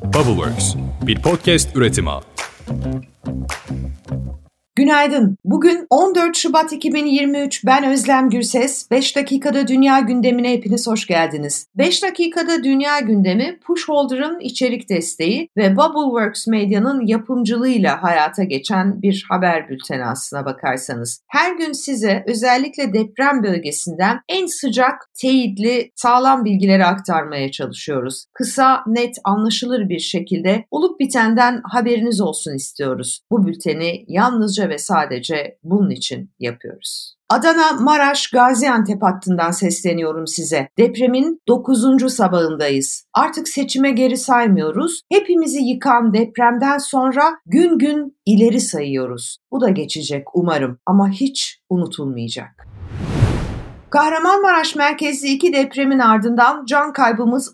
Bubbleworks, bir podcast üretimi. Günaydın. Bugün 14 Şubat 2023. Ben Özlem Gürses. 5 dakikada dünya gündemine hepiniz hoş geldiniz. 5 dakikada dünya gündemi Pushholder'ın içerik desteği ve Bubbleworks Medya'nın yapımcılığıyla hayata geçen bir haber bülteni aslına bakarsanız. Her gün size özellikle deprem bölgesinden en sıcak, teyitli, sağlam bilgileri aktarmaya çalışıyoruz. Kısa, net, anlaşılır bir şekilde olup bitenden haberiniz olsun istiyoruz. Bu bülteni yalnızca ve sadece bunun için yapıyoruz. Adana, Maraş, Gaziantep hattından sesleniyorum size. Depremin 9. sabahındayız. Artık seçime geri saymıyoruz. Hepimizi yıkan depremden sonra gün gün ileri sayıyoruz. Bu da geçecek umarım ama hiç unutulmayacak. Kahramanmaraş merkezli 2 depremin ardından can kaybımız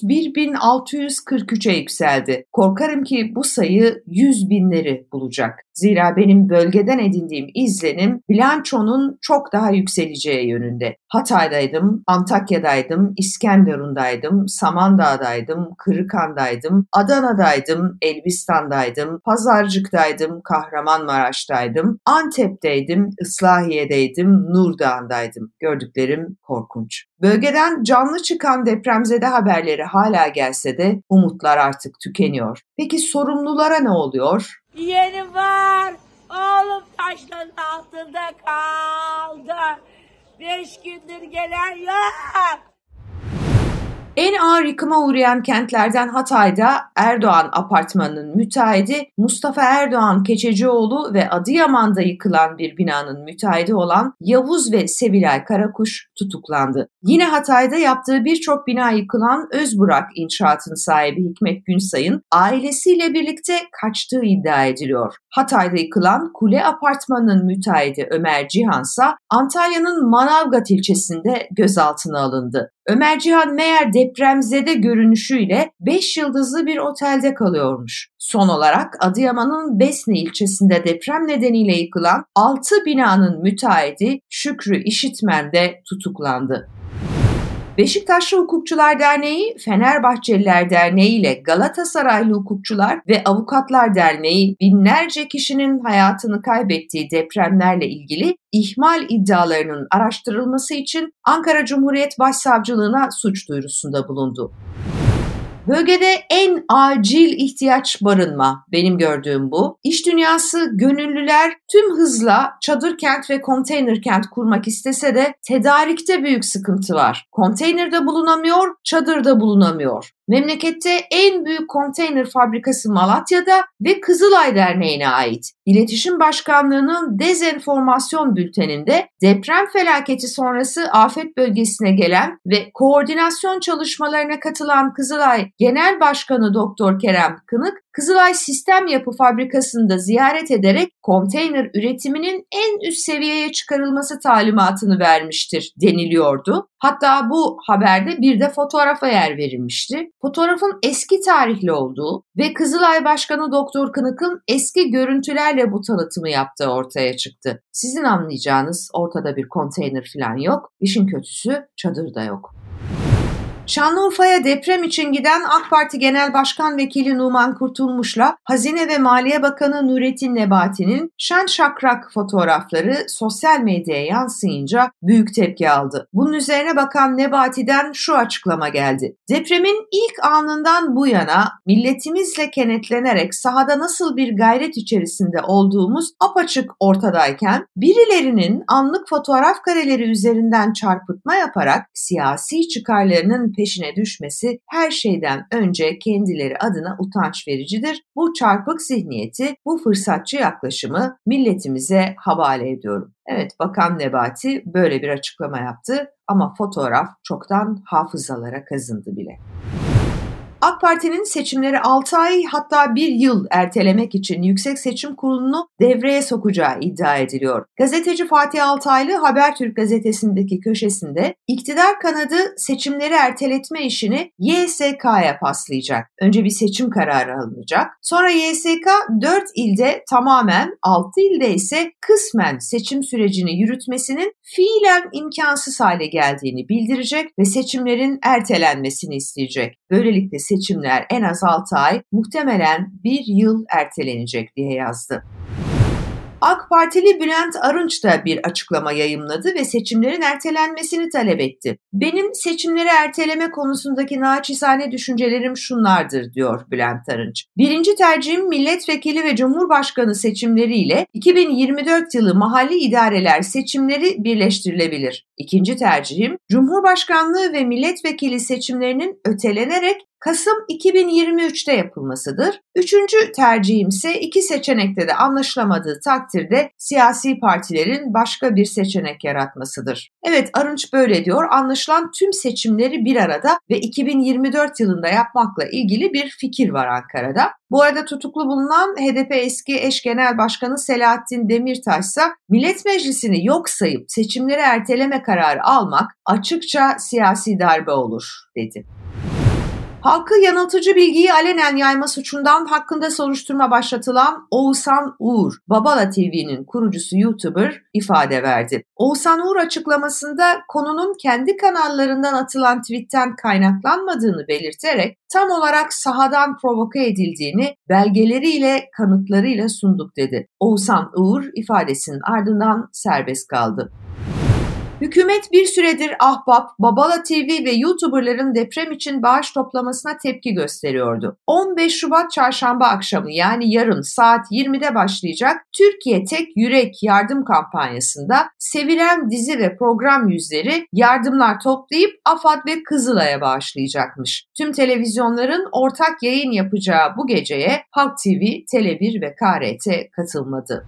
31.643'e yükseldi. Korkarım ki bu sayı 100.000'leri bulacak. Zira benim bölgeden edindiğim izlenim bilançonun çok daha yükseleceği yönünde. Hatay'daydım, Antakya'daydım, İskenderun'daydım, Samandağ'daydım, Kırıkhan'daydım, Adana'daydım, Elbistan'daydım, Pazarcık'taydım, Kahramanmaraş'taydım, Antep'teydim, Islahiye'deydim, Nurdağ'daydım. Gördüklerim korkunç. Bölgeden canlı çıkan depremzede haberleri hala gelse de umutlar artık tükeniyor. Peki sorumlulara ne oluyor? Yeğenim var. Oğlum taşların altında kaldı. 5 gündür gelen yok. En ağır yıkıma uğrayan kentlerden Hatay'da Erdoğan apartmanının müteahhidi Mustafa Erdoğan Keçecioğlu ve Adıyaman'da yıkılan bir binanın müteahhidi olan Yavuz ve Sevilay Karakuş tutuklandı. Yine Hatay'da yaptığı birçok bina yıkılan Özburak İnşaat'ın sahibi Hikmet Günsay'ın ailesiyle birlikte kaçtığı iddia ediliyor. Hatay'da yıkılan Kule Apartmanı'nın müteahhidi Ömer Cihansa Antalya'nın Manavgat ilçesinde gözaltına alındı. Ömer Cihan meğer depremzede görünüşüyle 5 yıldızlı bir otelde kalıyormuş. Son olarak Adıyaman'ın Besne ilçesinde deprem nedeniyle yıkılan 6 binanın müteahhidi Şükrü İşitmen de tutuklandı. Beşiktaşlı Hukukçular Derneği, Fenerbahçeliler Derneği ile Galatasaraylı Hukukçular ve Avukatlar Derneği binlerce kişinin hayatını kaybettiği depremlerle ilgili ihmal iddialarının araştırılması için Ankara Cumhuriyet Başsavcılığına suç duyurusunda bulundu. Bölgede en acil ihtiyaç barınma. Benim gördüğüm bu. İş dünyası gönüllüler tüm hızla çadır kent ve konteyner kent kurmak istese de tedarikte büyük sıkıntı var. Konteynerde bulunamıyor, çadırda bulunamıyor. Memlekette en büyük konteyner fabrikası Malatya'da ve Kızılay Derneği'ne ait. İletişim Başkanlığı'nın dezenformasyon bülteninde deprem felaketi sonrası afet bölgesine gelen ve koordinasyon çalışmalarına katılan Kızılay Genel Başkanı Doktor Kerem Kınık, Kızılay Sistem Yapı Fabrikası'nda ziyaret ederek konteyner üretiminin en üst seviyeye çıkarılması talimatını vermiştir deniliyordu. Hatta bu haberde bir de fotoğrafa yer verilmişti. Fotoğrafın eski tarihli olduğu ve Kızılay Başkanı Doktor Kınık'ın eski görüntülerle bu tanıtımı yaptığı ortaya çıktı. Sizin anlayacağınız ortada bir konteyner falan yok. İşin kötüsü çadır da yok. Şanlıurfa'ya deprem için giden AK Parti Genel Başkan Vekili Numan Kurtulmuş'la Hazine ve Maliye Bakanı Nurettin Nebati'nin şen şakrak fotoğrafları sosyal medyaya yansıyınca büyük tepki aldı. Bunun üzerine Bakan Nebati'den şu açıklama geldi. Depremin ilk anından bu yana milletimizle kenetlenerek sahada nasıl bir gayret içerisinde olduğumuz apaçık ortadayken birilerinin anlık fotoğraf kareleri üzerinden çarpıtma yaparak siyasi çıkarlarının peşine düşmesi her şeyden önce kendileri adına utanç vericidir. Bu çarpık zihniyeti, bu fırsatçı yaklaşımı milletimize havale ediyorum. Evet, Bakan Nebati böyle bir açıklama yaptı ama fotoğraf çoktan hafızalara kazındı bile. AK Parti'nin seçimleri 6 ay hatta 1 yıl ertelemek için Yüksek Seçim Kurulu'nu devreye sokacağı iddia ediliyor. Gazeteci Fatih Altaylı Habertürk gazetesindeki köşesinde iktidar kanadı seçimleri erteletme işini YSK'ya paslayacak. Önce bir seçim kararı alınacak. Sonra YSK 4 ilde tamamen, 6 ilde ise kısmen seçim sürecini yürütmesinin fiilen imkansız hale geldiğini bildirecek ve seçimlerin ertelenmesini isteyecek. Böylelikle seçim seçimler en az 6 ay, muhtemelen 1 yıl ertelenecek diye yazdı. AK Partili Bülent Arınç da bir açıklama yayımladı ve seçimlerin ertelenmesini talep etti. Benim seçimleri erteleme konusundaki naçizane düşüncelerim şunlardır, diyor Bülent Arınç. Birinci tercihim milletvekili ve cumhurbaşkanı seçimleriyle 2024 yılı mahalli idareler seçimleri birleştirilebilir. İkinci tercihim cumhurbaşkanlığı ve milletvekili seçimlerinin ötelenerek Kasım 2023'te yapılmasıdır. Üçüncü tercihim ise iki seçenekte de anlaşılamadığı takdirde siyasi partilerin başka bir seçenek yaratmasıdır. Evet, Arınç böyle diyor. Anlaşılan tüm seçimleri bir arada ve 2024 yılında yapmakla ilgili bir fikir var Ankara'da. Bu arada tutuklu bulunan HDP eski eş genel başkanı Selahattin Demirtaş ise Millet Meclisi'ni yok sayıp seçimleri erteleme kararı almak açıkça siyasi darbe olur, dedi. Halkı yanıltıcı bilgiyi alenen yayma suçundan hakkında soruşturma başlatılan Oğuzhan Uğur, Babala TV'nin kurucusu YouTuber ifade verdi. Oğuzhan Uğur açıklamasında konunun kendi kanallarından atılan tweetten kaynaklanmadığını belirterek tam olarak sahadan provoke edildiğini belgeleriyle, kanıtlarıyla sunduk dedi. Oğuzhan Uğur ifadesinin ardından serbest kaldı. Hükümet bir süredir Ahbap, Babala TV ve YouTuber'ların deprem için bağış toplamasına tepki gösteriyordu. 15 Şubat çarşamba akşamı, yani yarın saat 20'de başlayacak Türkiye Tek Yürek yardım kampanyasında sevilen dizi ve program yüzleri yardımlar toplayıp AFAD ve Kızılay'a bağışlayacakmış. Tüm televizyonların ortak yayın yapacağı bu geceye Halk TV, Tele1 ve KRT katılmadı.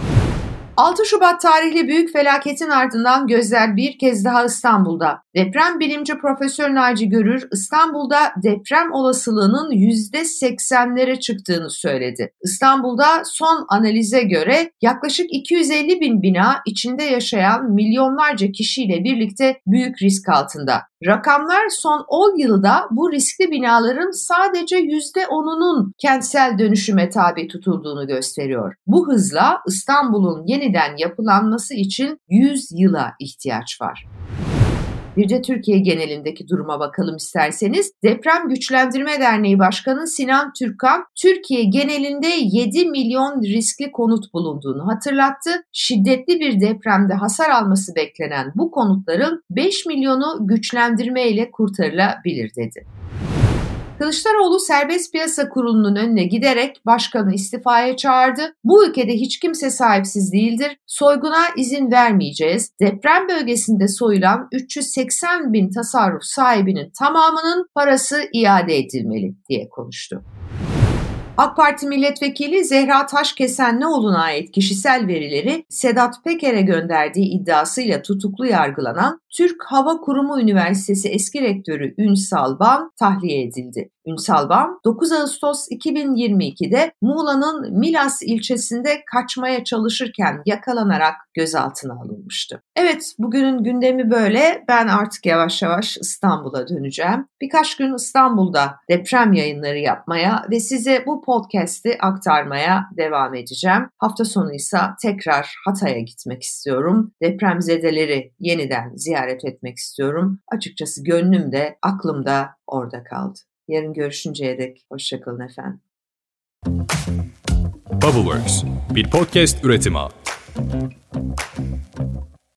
6 Şubat tarihli büyük felaketin ardından gözler bir kez daha İstanbul'da. Deprem bilimci Profesör Naci Görür, İstanbul'da deprem olasılığının %80'lere çıktığını söyledi. İstanbul'da son analize göre yaklaşık 250 bin bina içinde yaşayan milyonlarca kişiyle birlikte büyük risk altında. Rakamlar son 10 yılda bu riskli binaların sadece %10'unun kentsel dönüşüme tabi tutulduğunu gösteriyor. Bu hızla İstanbul'un yeniden yapılanması için 100 yıla ihtiyaç var. Bir de Türkiye genelindeki duruma bakalım isterseniz. Deprem Güçlendirme Derneği Başkanı Sinan Türkan, Türkiye genelinde 7 milyon riskli konut bulunduğunu hatırlattı. Şiddetli bir depremde hasar alması beklenen bu konutların 5 milyonu güçlendirme ile kurtarılabilir dedi. Kılıçdaroğlu Serbest Piyasa Kurulu'nun önüne giderek başkanı istifaya çağırdı. Bu ülkede hiç kimse sahipsiz değildir. Soyguna izin vermeyeceğiz. Deprem bölgesinde soyulan 380 bin tasarruf sahibinin tamamının parası iade edilmeli diye konuştu. AK Parti milletvekili Zehra Taşkesenlioğlu'na ait kişisel verileri Sedat Peker'e gönderdiği iddiasıyla tutuklu yargılanan Türk Hava Kurumu Üniversitesi eski rektörü Ünsal Ban tahliye edildi. Ünsal Ban 9 Ağustos 2022'de Muğla'nın Milas ilçesinde kaçmaya çalışırken yakalanarak gözaltına alınmıştı. Evet, bugünün gündemi böyle. Ben artık yavaş yavaş İstanbul'a döneceğim. Birkaç gün İstanbul'da deprem yayınları yapmaya ve size bu podcast'i aktarmaya devam edeceğim. Hafta sonu ise tekrar Hatay'a gitmek istiyorum. Depremzedeleri yeniden ziyaret etmek istiyorum. Açıkçası gönlüm de aklım da orada kaldı. Yarın görüşünceye dek hoşça kalın efendim. Bubbleworks, bir podcast üretimi.